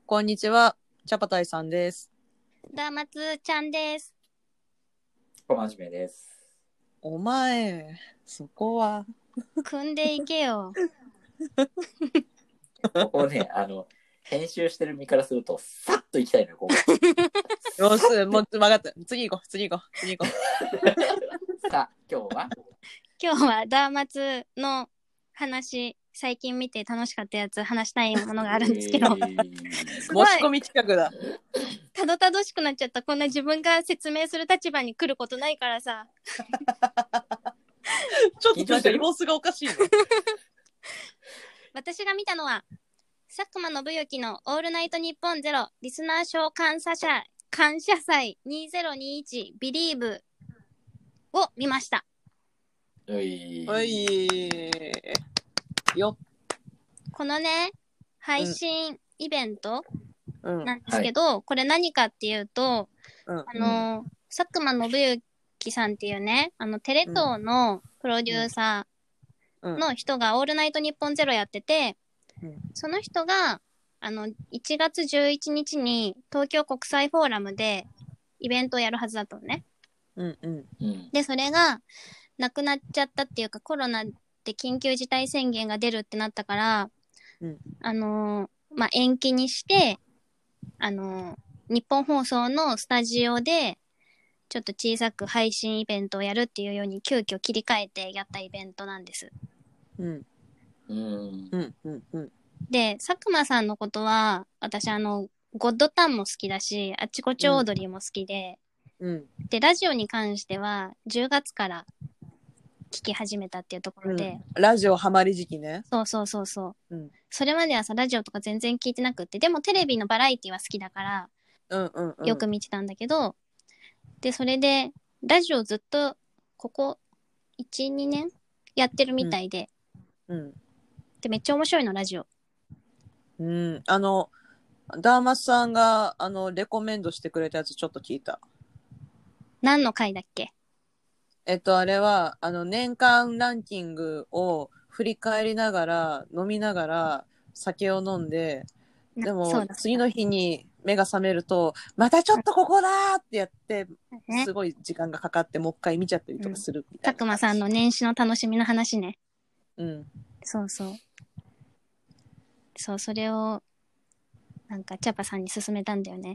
こんにちは、チャパタイさんです。 ダーマツちゃんです。 小真面目です。 お前、そこは。 組んでいけよ。 ここね、編集してる身からすると、さっと行きたいのよ、ここ。 よし、もう分かった。次行こう。 さあ、今今日はダーマツの話、最近見て楽しかったやつ話したいものがあるんですけど、すごい持ち込み企画だ。 たどたどしくなっちゃった。こんな自分が説明する立場に来ることないからさ。 ちょっとなんか様子がおかしいね。 私が見たのは、佐久間信之のオールナイトニッポンゼロリスナー賞感謝祭2021ビリーブを見ました。 おいよ。 このね、配信イベントなんですけど、 はい、 これ何かっていうと、佐久間信之さんっていうね、テレ東のプロデューサーの人がオールナイトニッポンゼロやってて、その人が、1月11日に東京国際フォーラムでイベントをやるはずだったのね。で、それがなくなっちゃったっていうか、コロナで緊急事態宣言が出るってなったから、延期にして、日本放送のスタジオで、ちょっと小さく配信イベントをやるっていうように急遽切り替えてやったイベントなんです。で、佐久間さんのことは、私ゴッドタンも好きだし、あっちこちオードリーも好きで、で、ラジオに関しては10月から聞き始めたっていうところで、 ラジオハマり時期ね。 そう、それまではさ、ラジオとか全然聞いてなくって、でもテレビのバラエティは好きだから、よく見てたんだけど、で、それで、ラジオずっと、ここ、1、2年やってるみたいで、で、めっちゃ面白いの、ラジオ。 ダーマスさんが、レコメンドしてくれたやつちょっと聞いた。 何の回だっけ？ あれは、年間ランキングを振り返りながら、飲みながら、酒を飲んで、でも、次の日に目が覚めると、またちょっとここだーってやって、すごい時間がかかって、もう一回見ちゃったりとかするみたいな。 佐久間さんの年始の楽しみの話ね。そう。そう、それを、なんか、チャパさんに勧めたんだよね。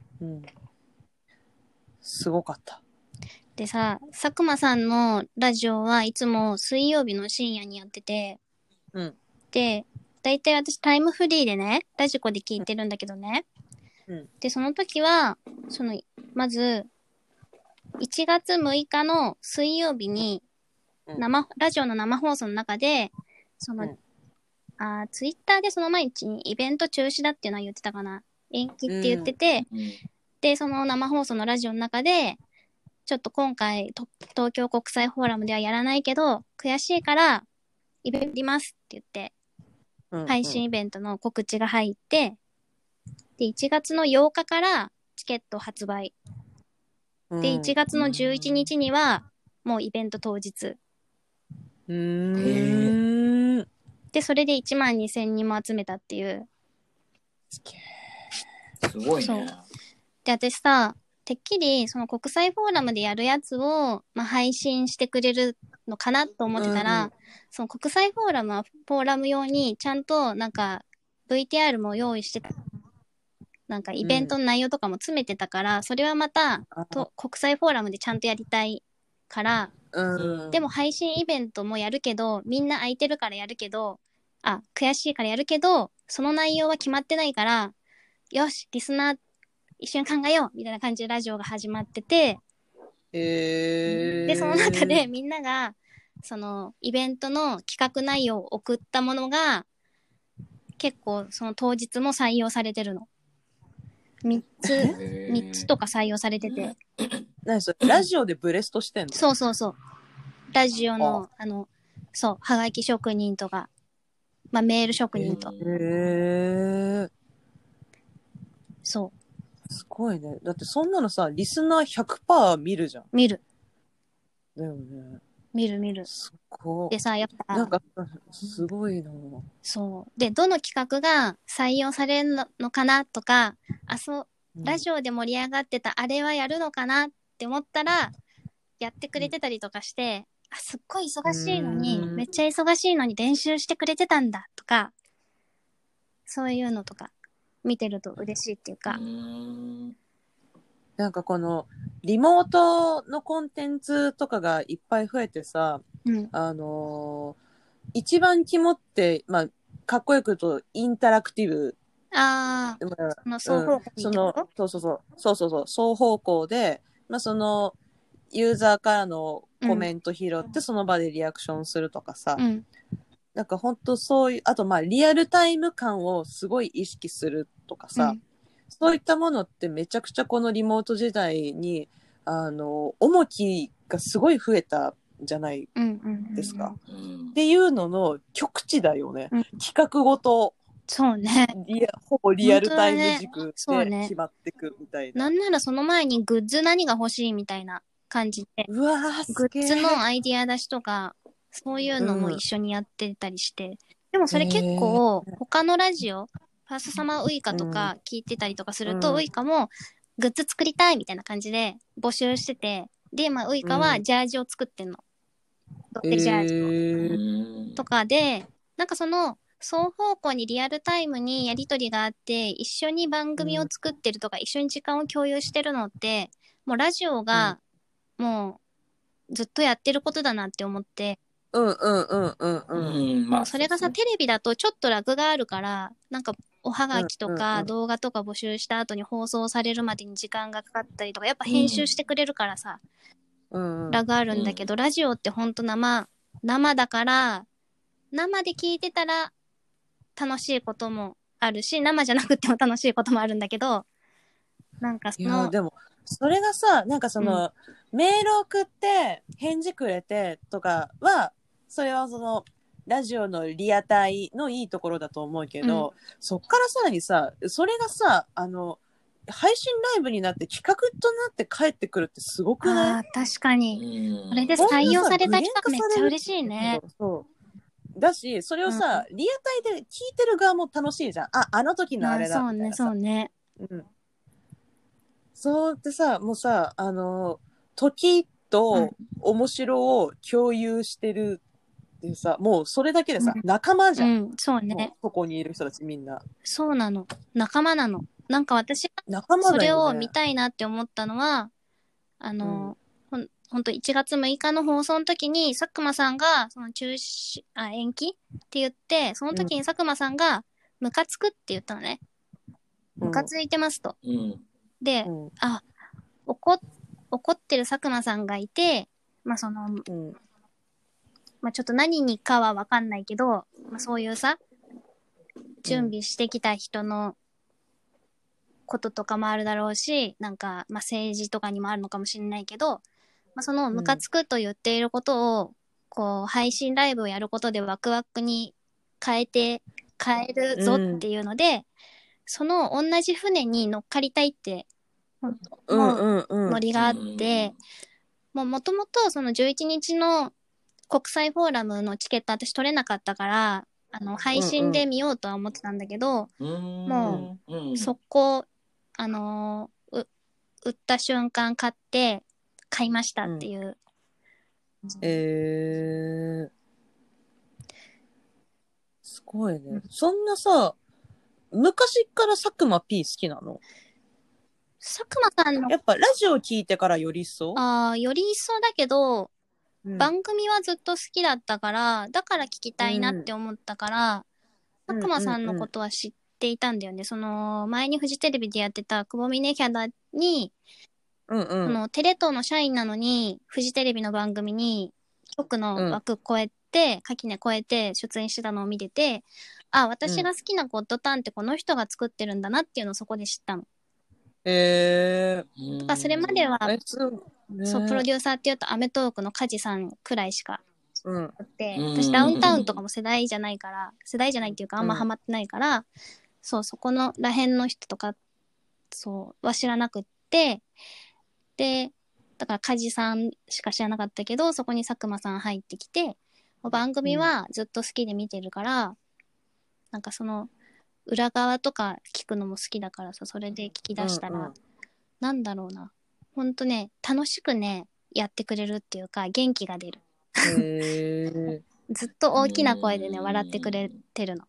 すごかった。 でさ、佐久間さんのラジオはいつも水曜日の深夜にやってて、で、だいたい私タイムフリーでね、ラジコで聞いてるんだけどね。で、その時は、まず、1月6日の水曜日に、ラジオの生放送の中で、ツイッターでその毎日にイベント中止だっていうのは言ってたかな。延期って言ってて、で、その生放送のラジオの中で、ちょっと今回、東京国際フォーラムではやらないけど、悔しいから、イベントやりますって言って、配信イベントの告知が入って、で、1月の8日からチケット発売。で、1月の11日には、もうイベント当日。で、それで1万2000人も集めたっていう。 すごいね。 で、私さ、てっきり、その国際フォーラムでやるやつを、配信してくれるのかなと思ってたら、その国際フォーラムはフォーラム用に、ちゃんと、なんか、VTR も用意してた。なんか、イベントの内容とかも詰めてたから、それはまた、国際フォーラムでちゃんとやりたいから、でも配信イベントもやるけど、みんな空いてるからやるけど、悔しいからやるけど、その内容は決まってないから、よし、リスナー一緒に考えようみたいな感じでラジオが始まってて、で、その中でみんなが、そのイベントの企画内容を送ったものが、結構その当日も採用されてるの。3つとか採用されてて。 何それ、ラジオでブレストしてんの？ そう。ラジオの、はがき職人とか、メール職人と。そう。 すごいね。だってそんなのさ、リスナー 100% 見るじゃん。 見る。 だよね。 見る見る。 すごい。 でさ、やっぱ。 なんか、すごいな。 そう。で、どの企画が採用されるのかなとか、ラジオで盛り上がってたあれはやるのかなって思ったら、やってくれてたりとかして、すっごい忙しいのに、めっちゃ忙しいのに練習してくれてたんだとか、そういうのとか、見てると嬉しいっていうか。 なんかこの、リモートのコンテンツとかがいっぱい増えてさ、一番肝って、まあ、かっこよく言うと、インタラクティブ。 双方向にってこと？ そう、双方向で、まあ、その、ユーザーからのコメント拾って、その場でリアクションするとかさ、なんか本当そういう、あとまあ、リアルタイム感をすごい意識するとかさ、そういったものってめちゃくちゃこのリモート時代に、重きがすごい増えたじゃないですか。っていうのの極致だよね。企画ごと。 そうね。 ほぼリアルタイム軸で決まってくみたいな。 なんならその前にグッズ何が欲しいみたいな感じで。 うわー、 グッズのアイディア出しとか、そういうのも一緒にやってたりして。でもそれ結構、他のラジオ、ファーストサマーウイカとか聞いてたりとかすると、ウイカもグッズ作りたいみたいな感じで募集してて、で、まあウイカはジャージを作ってんの。ドッテルジャージを。とかで、なんかその、双方向にリアルタイムにやりとりがあって、一緒に番組を作ってるとか、一緒に時間を共有してるのって、もうラジオが、もう、ずっとやってることだなって思って。もうそれがさ、テレビだとちょっとラグがあるから、なんか、おはがきとか動画とか募集した後に放送されるまでに時間がかかったりとか、やっぱ編集してくれるからさ、ラグあるんだけど、ラジオってほんと生だから、生で聞いてたら楽しいこともあるし、生じゃなくても楽しいこともあるんだけど、なんかいや、でも、それがさ、なんかその、メール送って返事くれてとかは、それはその、ラジオのリアタイのいいところだと思うけど、そっからさらにさ、それがさ、配信ライブになって企画となって帰ってくるってすごくない？ 確かに。これで採用された人はめっちゃ嬉しいね。 そうだし、それをさ、リアタイで聞いてる側も楽しいじゃん。あの時のあれだ。 そうね。 そうってさ、もうさ、時と面白を共有してるってさ、もうそれだけでさ、仲間じゃん。 そうね。 ここにいる人たちみんな。 そうなの。仲間なの。なんか私がそれを見たいなって思ったのは、ほんと1月6日の放送の時に佐久間さんがその延期って言って、その時に佐久間さんがムカつくって言ったのね。ムカついてますと。で、怒ってる佐久間さんがいて、まあその、まあちょっと何にかはわかんないけど、まあそういうさ、準備してきた人のこととかもあるだろうし、なんか、まあ政治とかにもあるのかもしれないけど、まあそのムカつくと言っていることを、こう、配信ライブをやることでワクワクに変えるぞっていうので、その同じ船に乗っかりたいって、ノリがあって、もともとその11日の国際フォーラムのチケット私取れなかったから、配信で見ようとは思ってたんだけど、もう、速攻、売った瞬間買いましたっていう。 すごいね。そんなさ、昔から佐久間 P 好きなの？ 佐久間さんの。 やっぱラジオ聞いてからより一層？ より一層だけど、番組はずっと好きだったから、だから聞きたいなって思ったから、佐久間さんのことは知っていたんだよね。その、前にフジテレビでやってた久保峰キャダに、そのテレ東の社員なのに、フジテレビの番組に、局の枠超えて、垣根超えて出演してたのを見てて、私が好きなゴッドタンってこの人が作ってるんだなっていうのをそこで知ったの。だからそれまでは、そう、プロデューサーっていうとアメトーークの梶さんくらいしかって、私ダウンタウンとかも世代じゃないっていうかあんまハマってないから、そう、そこのらへんの人とか、そう、は知らなくって、で、 だから梶さんしか知らなかったけど、そこに佐久間さん入ってきて、番組はずっと好きで見てるから、なんかその裏側とか聞くのも好きだからさ、それで聞き出したら、なんだろうな、ほんとね、楽しくね、やってくれるっていうか、元気が出る。ずっと大きな声でね、笑ってくれてるの。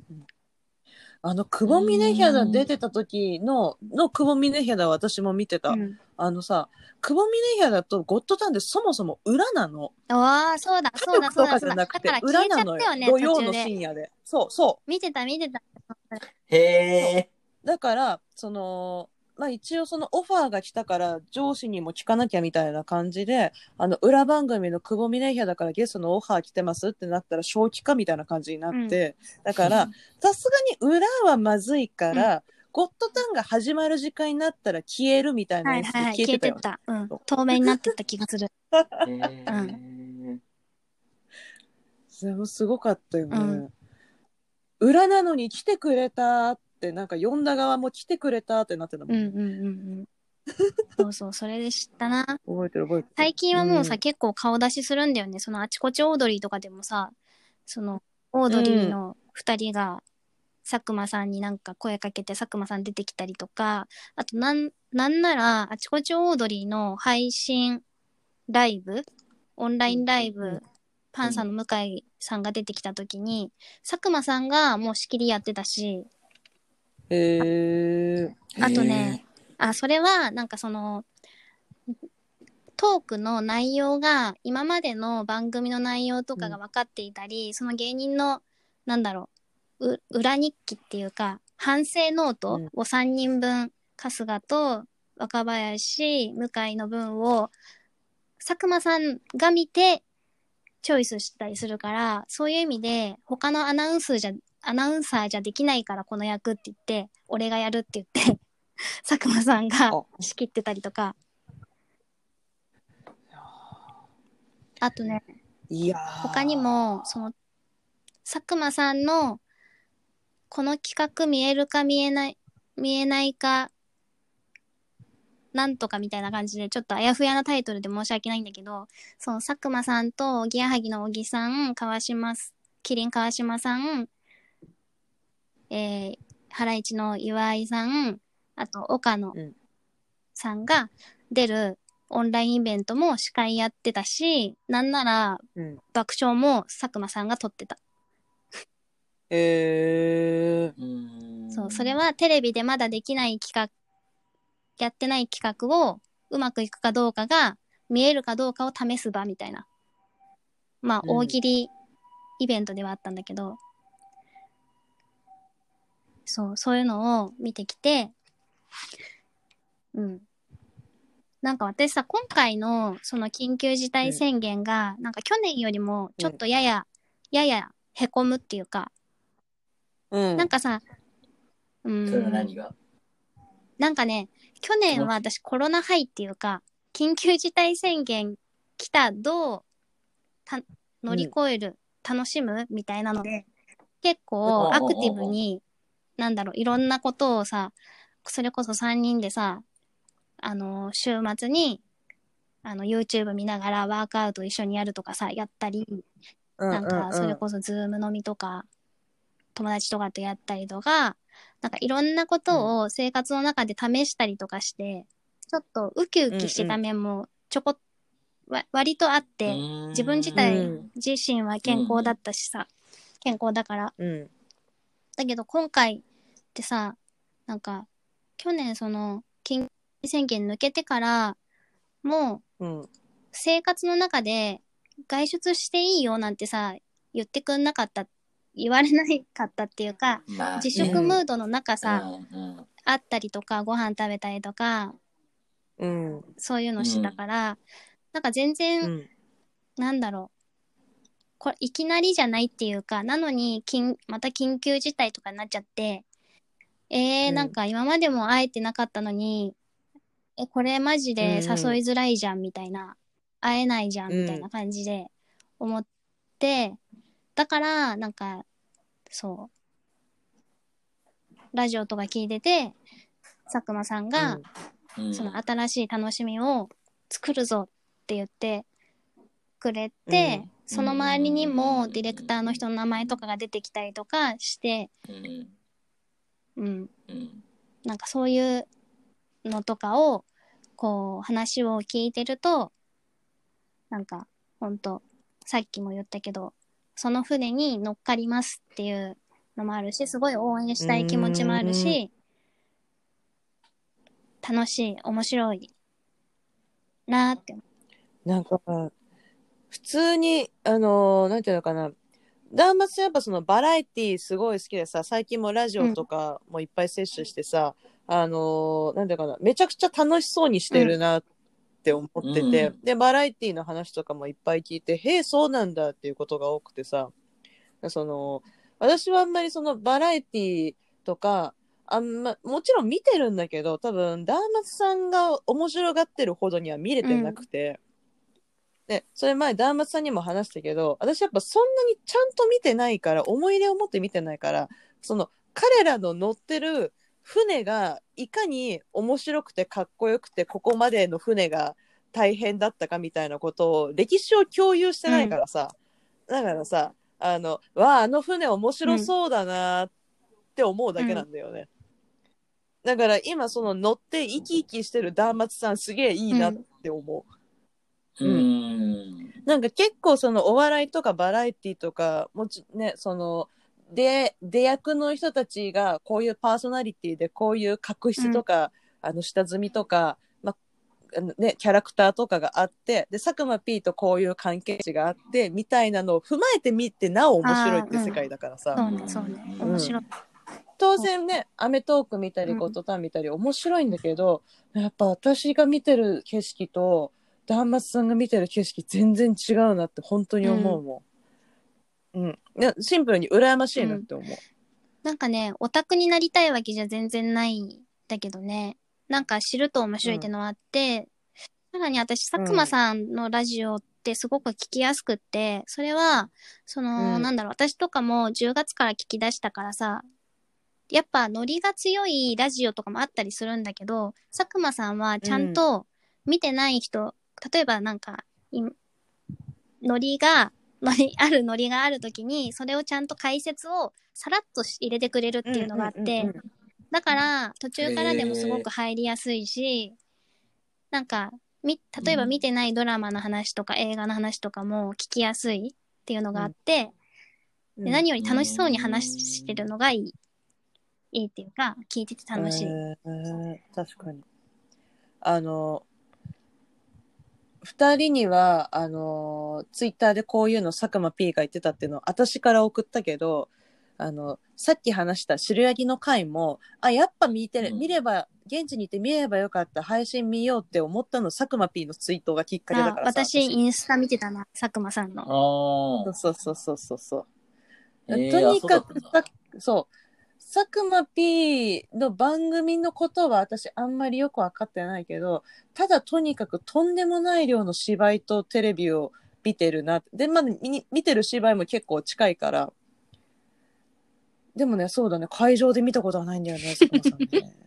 久保峰ヒャダ出てた時の久保峰ヒャダは私も見てた。さ、久保峰ヒャダとゴッドタンでそもそも裏なの。 ああ、そうだ、そうだ、そうだ。だから消えちゃったよね、 土曜の深夜で。そう。 見てた。 へえ。 だから、一応そのオファーが来たから上司にも聞かなきゃみたいな感じで、裏番組の久保峰ヒャダからゲストのオファー来てますってなったら正気かみたいな感じになって、だから、さすがに裏はまずいから、ゴッドタンが始まる時間になったら消えるみたいなやつで消えてたよね。 消えてた。透明になってた気がする。 それもすごかったよね。裏なのに来てくれたって、なんか呼んだ側も来てくれたってなってたもん。 そう、それで知ったな。 覚えてる。 最近はもうさ、結構顔出しするんだよね。そのあちこちオードリーとかでもさ、そのオードリーの2人が佐久間さんになんか声かけて佐久間さん出てきたりとか、あとなんならあちこちオードリーの配信ライブ、オンラインライブ、パンサーの向井さんが出てきた時に、佐久間さんがもう仕切りやってたし、あとね、それはなんかそのトークの内容が今までの番組の内容とかが分かっていたり、その芸人の裏日記っていうか反省ノートを3人分、春日と若林、向井の分を佐久間さんが見てチョイスしたりするから、そういう意味で他のアナウンサーじゃできないからこの役って言って俺がやるって言って佐久間さんが仕切ってたりとか、あとね、他にもその佐久間さんのこの企画見えるか見えないかなんとかみたいな感じでちょっとあやふやなタイトルで申し訳ないんだけど、その佐久間さんとおぎやはぎの小木さん、キリン川島さん、ハライチの岩井さん、あと岡野さんが出るオンラインイベントも司会やってたし、なんなら爆笑も佐久間さんが撮ってた。そう、それはテレビでまだできないやってない企画をうまくいくかどうかが見えるかどうかを試す場みたいな。まあ、大喜利イベントではあったんだけど、そういうのを見てきて、なんか私さ、今回のその緊急事態宣言が、なんか去年よりもちょっとややへこむっていうか、なんかさ、 それは何が？ なんかね、去年は私コロナハイっていうか、緊急事態宣言来た、どう乗り越える、楽しむみたいなので、結構アクティブに、いろんなことをさ、それこそ3人でさ、週末に、YouTube 見ながらワークアウト一緒にやるとかさ、やったり、なんか、それこそズーム飲みとか、友達とかとやったりとか、なんかいろんなことを生活の中で試したりとかして、ちょっとウキウキしてた面も割とあって、自分自身は健康だったしさ、健康だから。だけど今回ってさ、なんか、去年その、緊急宣言抜けてから、もう、生活の中で外出していいよなんてさ、言ってくんなかった、言われなかったっていうか、自粛ムードの中さ、会ったりとか、ご飯食べたりとか、そういうのしてたから、なんか全然、これいきなりじゃないっていうか、なのにまた緊急事態とかになっちゃって、なんか今までも会えてなかったのに、これマジで誘いづらいじゃんみたいな、会えないじゃんみたいな感じで思って、だからなんかラジオとか聞いてて、佐久間さんが、その新しい楽しみを作るぞって言ってくれて、その周りにもディレクターの人の名前とかが出てきたりとかして、なんかそういうのとかをこう話を聞いてると、なんかほんとさっきも言ったけど、その船に乗っかりますっていうのもあるし、すごい応援したい気持ちもあるし、楽しい、面白いなーって。 なんか普通になんていうのかな、ダーマツやっぱそのバラエティすごい好きでさ、最近もラジオとかもいっぱい摂取してさ、なんていうかな、めちゃくちゃ楽しそうにしてるなって思ってて、でバラエティの話とかもいっぱい聞いて、へえそうなんだっていうことが多くてさ、私はあんまりそのバラエティとかもちろん見てるんだけど、多分ダーマツさんが面白がってるほどには見れてなくて、でそれ前ダーマツさんにも話したけど、私やっぱそんなにちゃんと見てないから、思い入れを持って見てないから、その彼らの乗ってる船がいかに面白くてかっこよくて、ここまでの船が大変だったかみたいなことを歴史を共有してないからさ、だからさ、あの船面白そうだなって思うだけなんだよね、だから今その乗って生き生きしてるダーマツさんすげえいいなって思う。なんか結構そのお笑いとかバラエティとかね、その出役の人たちがこういうパーソナリティでこういう確執とか、下積みとか、キャラクターとかがあって、で佐久間 P とこういう関係値があってみたいなのを踏まえてみてなお面白いって世界だからさ、 そうね面白い、 当然ね、アメトーーク見たりゴッドタン見たり面白いんだけど、やっぱ私が見てる景色とダーマツさんが見てる景色全然違うなって本当に思うもん。シンプルに羨ましいなって思う。 なんかね、オタクになりたいわけじゃ全然ないんだけどね、なんか知ると面白いってのはあって、さらに私佐久間さんのラジオってすごく聞きやすくって、それはその、なんだろう、私とかも10月から聞き出したからさ、やっぱノリが強いラジオとかもあったりするんだけど、佐久間さんはちゃんと見てない人、例えばなんかノリがある時にそれをちゃんと解説をさらっと入れてくれるっていうのがあって、だから途中からでもすごく入りやすいし、なんか例えば見てないドラマの話とか映画の話とかも聞きやすいっていうのがあって、で何より楽しそうに話してるのがいいっていうか、聞いてて楽しい。 確かに。2人にはツイッターでこういうの佐久間 P が言ってたっていうのを私から送ったけど、さっき話した白ヤギの回もやっぱ見れば現地にいて見ればよかった、配信見ようって思ったの佐久間 P のツイートがきっかけだからさ。 私インスタ見てたな、佐久間さんの。 そう。とにかくそう佐久間 P の番組のことは私あんまりよく分かってないけど、ただとにかくとんでもない量の芝居とテレビを見てるな。で、見てる芝居も結構近いから。でもね、そうだね、会場で見たことはないんだよね、佐久間さん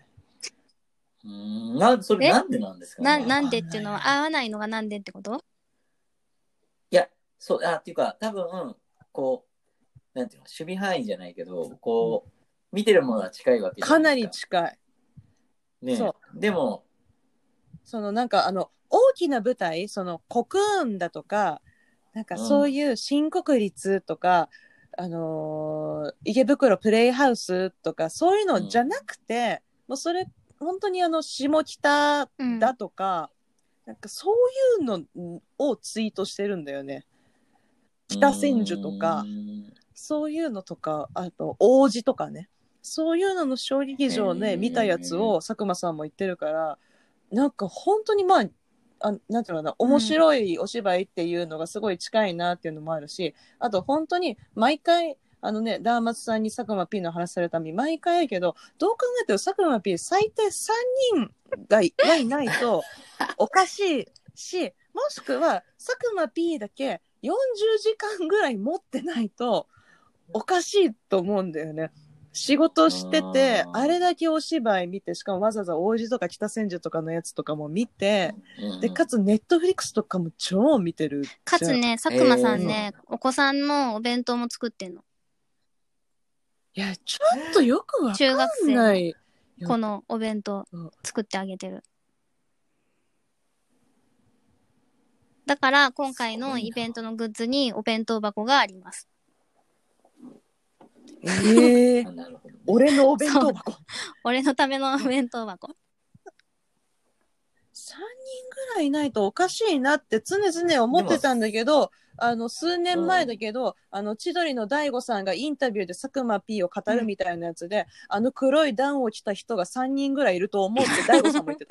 ね。それなんでなんですかね。 なんでっていうのは合わないのがなんでってこと？ いや、っていうか、多分、こう、なんていうの、守備範囲じゃないけど、こう、見てるものは近いわけじゃかなないですか。 り近い。 ね、そう。でも、 なんか大きな舞台、そのコクーンだとか、なんかそういう新国立とか、池袋プレイハウスとかそういうのじゃなくて、もうそれ本当に下北だとか、なんかそういうのをツイートしてるんだよね。北千住とかそういうのとか、あと王子とかね、そういうのの小劇場で見たやつを佐久間さんも言ってるから、なんか本当になんていうのかな、面白いお芝居っていうのがすごい近いなっていうのもあるし、あと本当に毎回ダーマツさんに佐久間 P の話されるために毎回やけど、どう考えても佐久間 P 最低3人がいないとおかしいし、もしくは佐久間 P だけ40時間ぐらい持ってないとおかしいと思うんだよね。 仕事してて、あれだけお芝居見て、しかもわざわざ王子とか北千住とかのやつとかも見て、で、かつネットフリックスとかも超見てる。 かつね、佐久間さんね、お子さんのお弁当も作ってんの。 いや、ちょっとよくわかんない。中学生のこのお弁当作ってあげてる。だから今回のイベントのグッズにお弁当箱があります。 俺のお弁当箱。 俺のためのお弁当箱。3 人ぐらいいないとおかしいなって常々思ってたんだけど、数年前だけど、千鳥の大悟さんがインタビューで佐久間 P を語るみたいなやつで、黒いダウンを着た人が3人ぐらいいると思うって大悟さんも言ってた。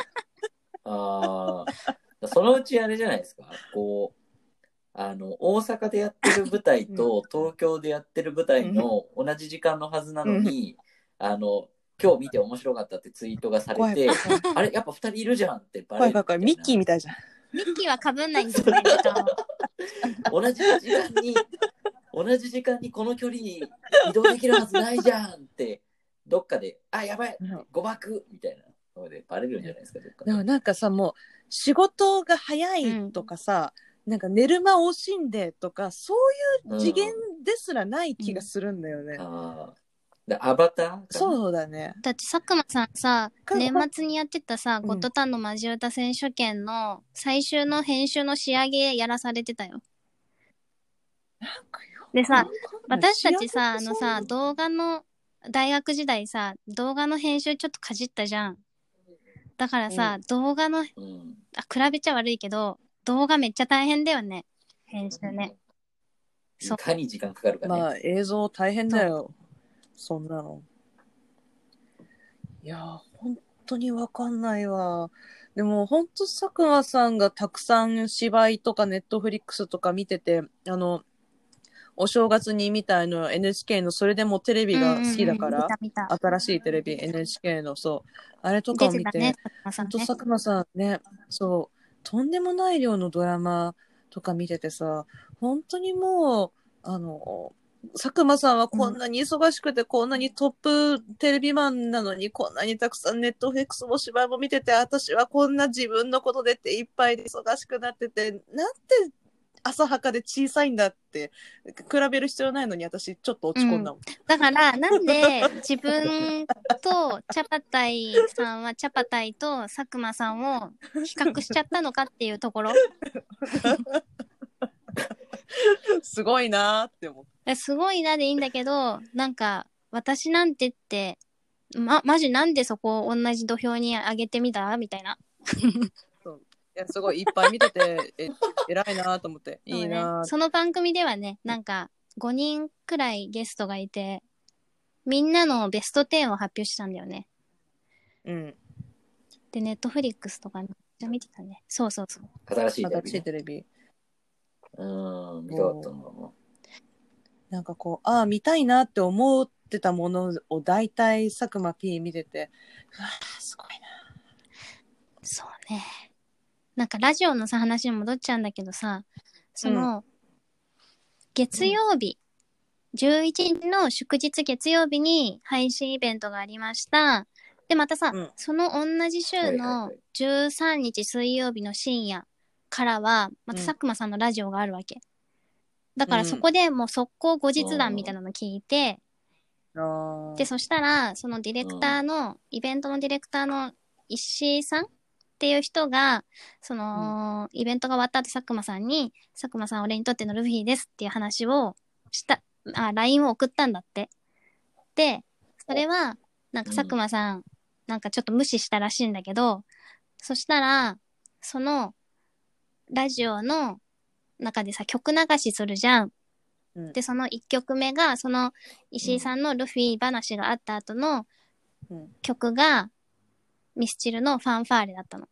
ああ、そのうちあれじゃないですか。こう、大阪でやってる舞台と東京でやってる舞台の同じ時間のはずなのに、今日見て面白かったってツイートがされて、あれやっぱ2人いるじゃんってバレる。 ミッキーみたいじゃん。 ミッキーは被んないんですよね。 同じ時間にこの距離に移動できるはずないじゃんってどっかでやばい誤爆みたいなのでバレるんじゃないですか。 でもなんかさ、もう仕事が早いとかさ、なんか寝る間を惜しんでとかそういう次元ですらない気がするんだよね。 アバター？ そうだね。 だって佐久間さんさ、年末にやってたさ、ゴッドタンのマジ歌選手権の最終の編集の仕上げやらされてたよ。でさ、私たちさ、動画の、大学時代さ、動画の編集ちょっとかじったじゃん。だからさ、動画の、比べちゃ悪いけど、動画めっちゃ大変だよね。編集ね。 いかに時間かかるかね。 まあ、映像大変だよ。そんなの。いや、本当にわかんないわ。でも、本当佐久間さんがたくさん芝居とかネットフリックスとか見てて、お正月に見たNHK のそれでもテレビが好きだから、新しいテレビ NHK のあれとかを見て、本当佐久間さんね、とんでもない量のドラマとか見ててさ、本当にもう佐久間さんはこんなに忙しくて、こんなにトップテレビマンなのに、こんなにたくさんネットフリックスも芝居も見てて、私はこんな自分のことでっていっぱいで忙しくなってて、なんて浅はかで小さいんだって比べる必要ないのに、私ちょっと落ち込んだもん。 だからなんで自分とチャパタイさんはチャパタイと佐久間さんを比較しちゃったのかっていうところ。 すごいなーって思って。 すごいなでいいんだけど、なんか私なんてってマジなんでそこを同じ土俵に上げてみたみたいな。 そういやすごいいっぱい見てて偉いなと思って、いいな。 その番組ではね、なんか5人くらいゲストがいて、みんなのベスト10を発表したんだよね。 うん。 で、ネットフリックスとかめっちゃ見てたね。そうそうそう。 新しいテレビ。 見たかったな。 なんかこう、見たいなって思ってたものを大体佐久間 P 見てて、すごいな。 そうね。なんかラジオのさ、話に戻っちゃうんだけどさ、月曜日、11日の祝日月曜日に配信イベントがありました。で、またさ、その同じ週の13日水曜日の深夜からは、また佐久間さんのラジオがあるわけ。だからそこでもう速攻後日談みたいなの聞いて、で、そしたら、そのディレクターの、イベントのディレクターの石井さんっていう人が、イベントが終わった後佐久間さんに、佐久間さん俺にとってのルフィですっていう話をLINE を送ったんだって。で、それは、なんか佐久間さん、なんかちょっと無視したらしいんだけど、そしたら、その、ラジオの中でさ、曲流しするじゃん。で、その1曲目が、その石井さんのルフィ話があった後の曲が、ミスチルのファンファーレだったの。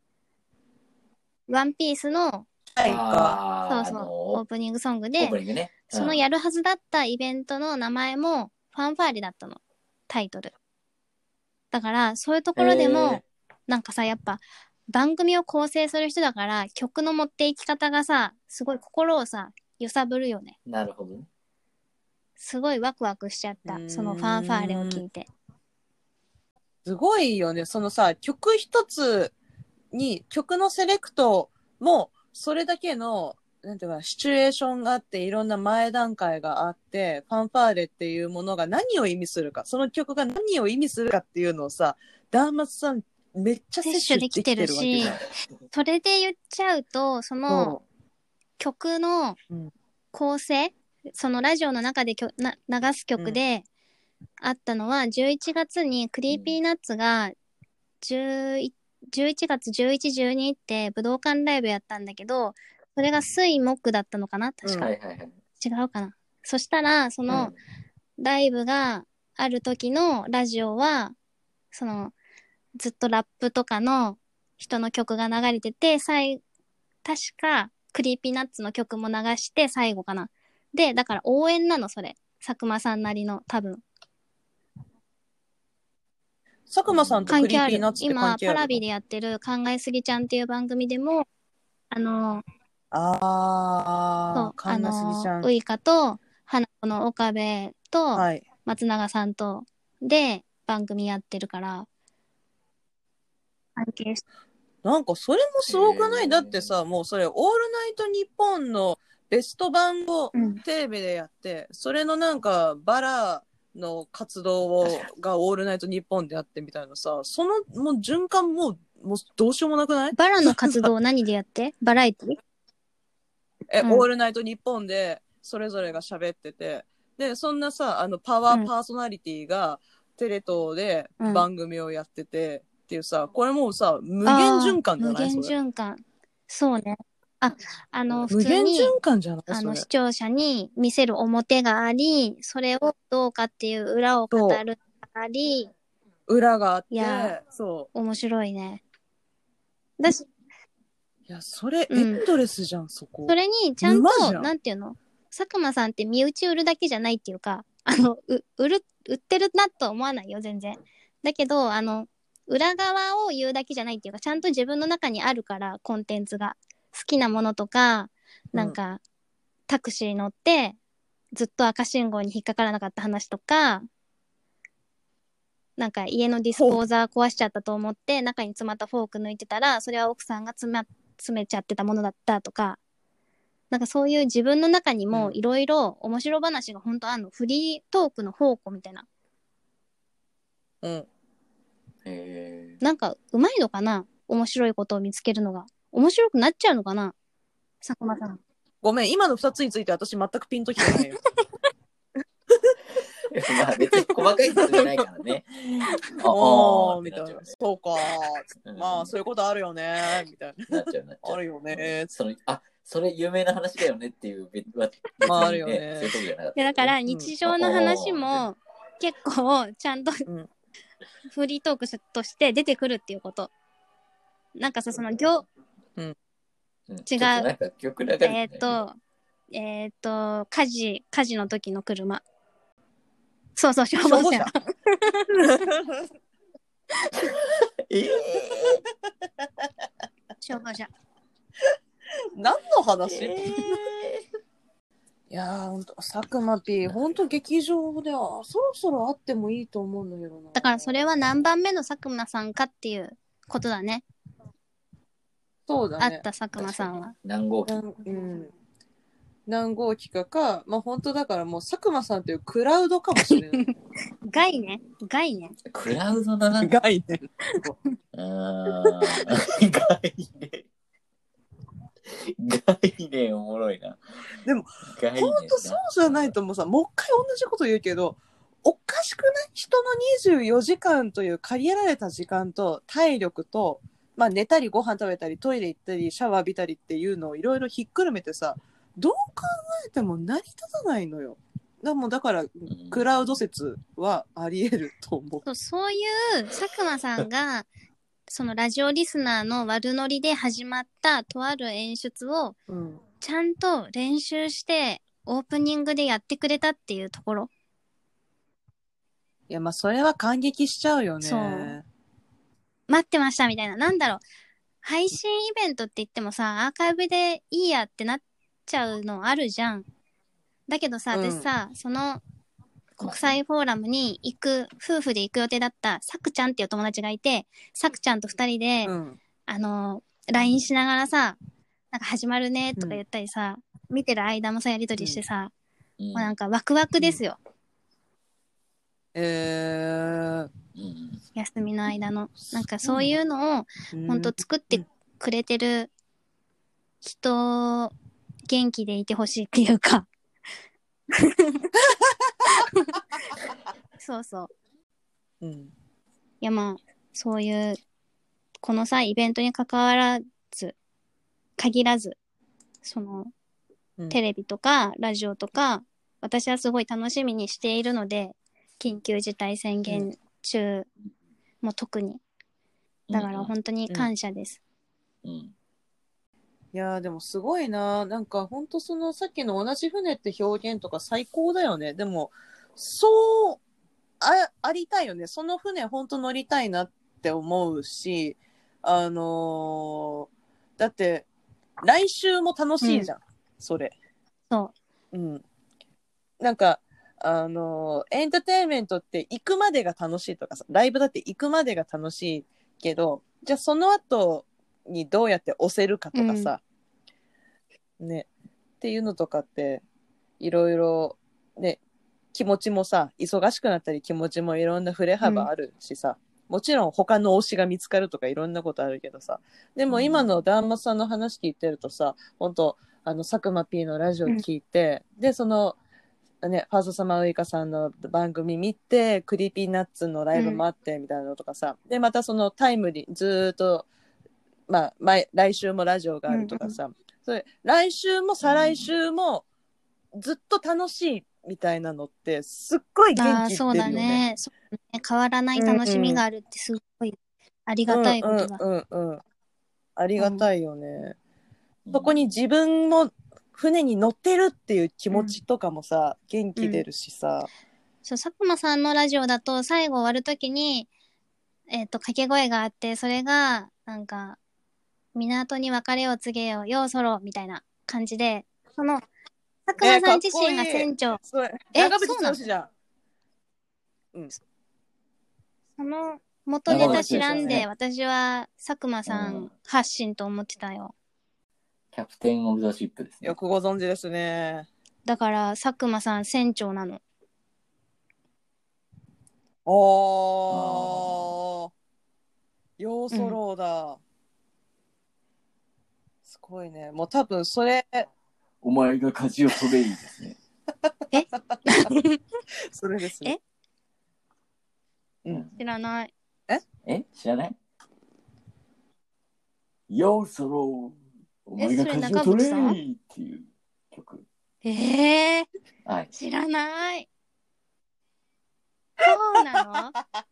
ワンピースの、そうそう、オープニングソングで、そのやるはずだったイベントの名前も、ファンファーレだったの。タイトル。だから、そういうところでも、なんかさ、やっぱ、番組を構成する人だから、曲の持っていき方がさ、すごい心をさ、揺さぶるよね。 なるほどね。 すごいワクワクしちゃった。そのファンファーレを聞いて。 すごいよね。そのさ、曲一つに、曲のセレクトも、それだけの、なんていうか、シチュエーションがあって、いろんな前段階があって、ファンファーレっていうものが何を意味するか、その曲が何を意味するかっていうのをさ、ダーマツさん、めっちゃ摂取できてるわけじゃん。 それで言っちゃうと、その曲の構成、そのラジオの中で流す曲であったのは、11月にクリーピーナッツが11月11、12って武道館ライブやったんだけど、それが水木だったのかな確か、違うかな。そしたら、そのライブがある時のラジオは、その、ずっとラップとかの人の曲が流れてて、確か、クリーピーナッツの曲も流して最後かな。で、だから応援なの、それ。佐久間さんなりの、多分。 佐久間さんとクリーピーナッツって関係ある？ 今、パラビでやってる考えすぎちゃんっていう番組でも、 考えすぎちゃん。 ウイカと、花子の岡部と、松永さんと、で、番組やってるから、関係して。 なんかそれもすごくない？だってさ、もうそれ、オールナイトニッポンのベスト版をテレビでやって、それのなんかバラの活動がオールナイトニッポンでやってみたいなさ、そのもう循環もうどうしようもなくない？ バラの活動何でやって？バラエティ？ オールナイトニッポンでそれぞれが喋ってて、で、そんなさ、パワーパーソナリティがテレ東で番組をやってて、っていうさ、これもうさ、無限循環じゃない？ 無限循環。そうね。 無限循環じゃない？ 視聴者に見せる表があり、それをどうかっていう裏を語るがあり、 裏があって、そう。 面白いね。 いや、それ、エンドレスじゃん、そこ。 それに、ちゃんと、なんていうの？佐久間さんって身内売るだけじゃないっていうか、売ってるなと思わないよ、全然。だけど、裏側を言うだけじゃないっていうか、ちゃんと自分の中にあるから、コンテンツが。好きなものとか、なんか、タクシー乗って、ずっと赤信号に引っかからなかった話とか、なんか家のディスポーザー壊しちゃったと思って、中に詰まったフォーク抜いてたら、それは奥さんが詰めちゃってたものだったとか、なんかそういう自分の中にもいろいろ面白話が本当あるの。フリートークの宝庫みたいな。なんかうまいのかな？面白いことを見つけるのが。面白くなっちゃうのかな？佐久間さん。 ごめん、今の2つについて私全くピンときてないよ。 まあ別に細かいことじゃないからね。 みたいな。そうか。まあそういうことあるよね。みたいな。 なっちゃう。 あるよね。 それ有名な話だよねっていう。 まああるよね。 そういうことじゃなかった。 いやだから日常の話も結構ちゃんとフリートークとして出てくるっていうこと。なんかさ、その違う。 なんか曲流れて火事の時の車。そう、消防車。消防車。 何の話？いやー、ほんと、佐久間 P、ほんと劇場ではそろそろあってもいいと思うんだけどな。 だからそれは何番目の佐久間さんかっていうことだね。 そうだね。 あった佐久間さんは。 何号機？ 何号機か、まあ本当だからもう佐久間さんっていうクラウドかもしれない。 概念。 クラウドだな。 概念。 概念おもろいな。 でも、ほんとそうじゃないともうさ、もう一回同じこと言うけど、おかしくない？人の24時間という限られた時間と体力と、まあ寝たりご飯食べたりトイレ行ったりシャワー浴びたりっていうのをいろいろひっくるめてさ、どう考えても成り立たないのよ。だからクラウド説はあり得ると思う。 そういう佐久間さんがそのラジオリスナーの悪ノリで始まったとある演出をちゃんと練習してオープニングでやってくれたっていうところ。 いやまあそれは感激しちゃうよね。 そう。待ってましたみたいな。なんだろう。配信イベントって言ってもさ、アーカイブでいいやってなっちゃうのあるじゃん。 だけどさ、私さ、その国際フォーラムに夫婦で行く予定だったさくちゃんっていう友達がいて、さくちゃんと2人で、LINE しながらさ、なんか始まるねとか言ったりさ、見てる間もさ、やりとりしてさ、もうなんかワクワクですよ。休みの間の。なんかそういうのを、ほんと作ってくれてる人、元気でいてほしいっていうか。そうそう。いやまあ、そういう、このさ、イベントに限らず、その、テレビとかラジオとか、私はすごい楽しみにしているので、緊急事態宣言中も特に。だから本当に感謝です。 いやでもすごいな。なんか本当そのさっきの同じ船って表現とか最高だよね。でも、そうありたいよね。その船本当乗りたいなって思うし、だって来週も楽しいじゃん、それ。 そう。 なんか、エンターテインメントって行くまでが楽しいとかさ、ライブだって行くまでが楽しいけど、じゃあその後にどうやって押せるかとかさ、ね、っていうのとかって、いろいろね、気持ちもさ、忙しくなったり気持ちもいろんな振れ幅あるしさ、もちろん他の推しが見つかるとかいろんなことあるけどさ、でも今のダンマさんの話聞いてるとさ、本当佐久間 P のラジオ聞いて、で、その、ね、ファーストサマーウイカさんの番組見て、クリーピーナッツのライブもあってみたいなのとかさ、で、またそのタイムにずっと、まあ、来週もラジオがあるとかさ、それ来週も再来週もずっと楽しいみたいなのってすっごい元気出るよね。 そうだね。変わらない楽しみがあるってすごいありがたいことだ。 ありがたいよね。そこに自分も船に乗ってるっていう気持ちとかもさ、元気出るしさ。 そう、佐久間さんのラジオだと最後終わるときに、掛け声があって、それが、なんか、港に別れを告げよう、ようそろ、みたいな感じで、その、佐久間さん自身が船長。 長渕剛じゃん。 その元ネタ知らんで、私は佐久間さん発信と思ってたよ。 キャプテンオブザシップですね。 よくご存知ですね。 だから佐久間さん船長なの。 おー、ヨーソローだ。すごいね。もう多分それ。 お前が舵を取れいいですね。 それですね。 知らない。 知らない？ヨーソロー。お前が舵を取れいっていう曲。 はい。知らない。そうな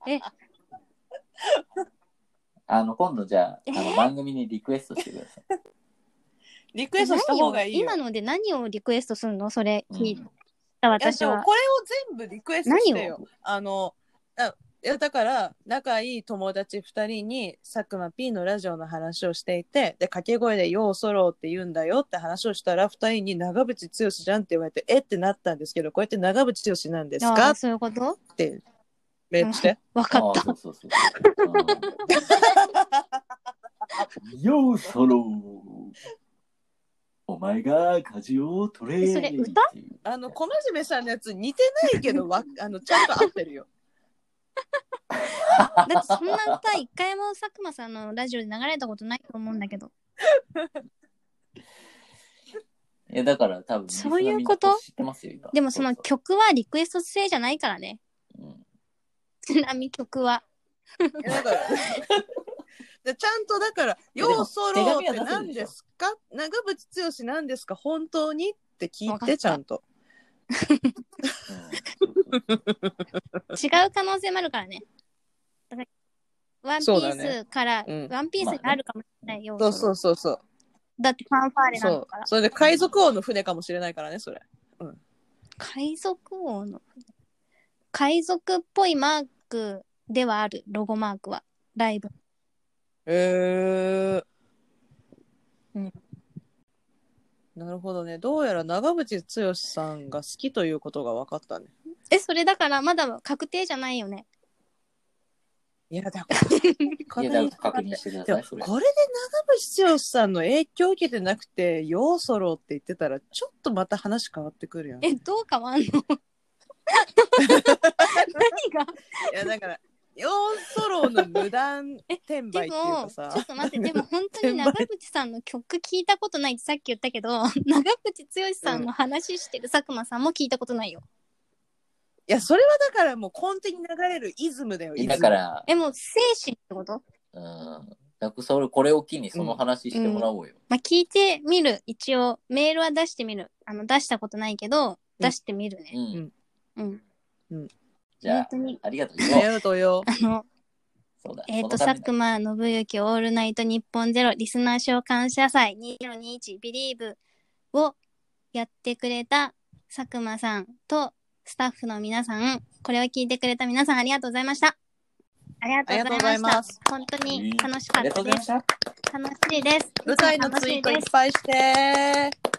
の？今度じゃあ、番組にリクエストしてください。 リクエストした方がいいよ。 今ので何をリクエストするの？それ聞いた私は。 これを全部リクエストしてよ。いやだから仲いい友達2人に佐久間 P のラジオの話をしていて、で掛け声でようそろうって言うんだよって話をしたら、2人に長渕剛じゃんって言われてってなったんですけど、こうやって長渕剛なんですか？ そういうことってメールして。 わかった。 ようそろう。お前が舵を取れ。 それ歌？ 小真面目さんのやつ似てないけどちゃんと合ってるよ。 だってそんな歌一回も佐久間さんのラジオで流れたことないと思うんだけど。 だから多分そういうこと？ 知ってますよ。 でもその曲はリクエスト制じゃないからね。ちなみに曲は。 だからちゃんとだから「ようそろうって何ですか？長渕剛何ですか本当に？」って聞いてちゃんと。 違う可能性もあるからね。ワンピースから、ワンピースにあるかもしれないよ。 そう。 だってファンファーレなんだから。 それで海賊王の船かもしれないからね、それ。 海賊王の船。海賊っぽいマークではある、ロゴマークは。ライブ。 なるほどね。どうやら長渕剛さんが好きということが分かったね。 それだからまだ確定じゃないよね。 いや、だから確認してください。それこれで長渕剛さんの影響を受けてなくて、ヨーソロって言ってたら、ちょっとまた話変わってくるよね。 どう変わんの何がいや、だから、ヨーソロの無断転売っていうかさ。 ちょっと待って、でも本当に長渕さんの曲聞いたことないってさっき言ったけど、長渕剛さんの話してる佐久間さんも聞いたことないよ。 いや、それはだからもう根底に流れるイズムだよ、イズム。 だから。 もう精神ってこと？ だからこれを機にその話してもらおうよ。 まあ、聞いてみる。一応、メールは出してみる。出したことないけど、出してみるね。 じゃあ、ありがとうよ。 ありがとうよ。 そうだ。 佐久間信之オールナイト日本ゼロリスナー賞感謝祭2021ビリーブをやってくれた佐久間さんとスタッフの皆さん、これを聞いてくれた皆さんありがとうございました。ありがとうございました。本当に楽しかったです。楽しいです。 舞台のツイートいっぱいして。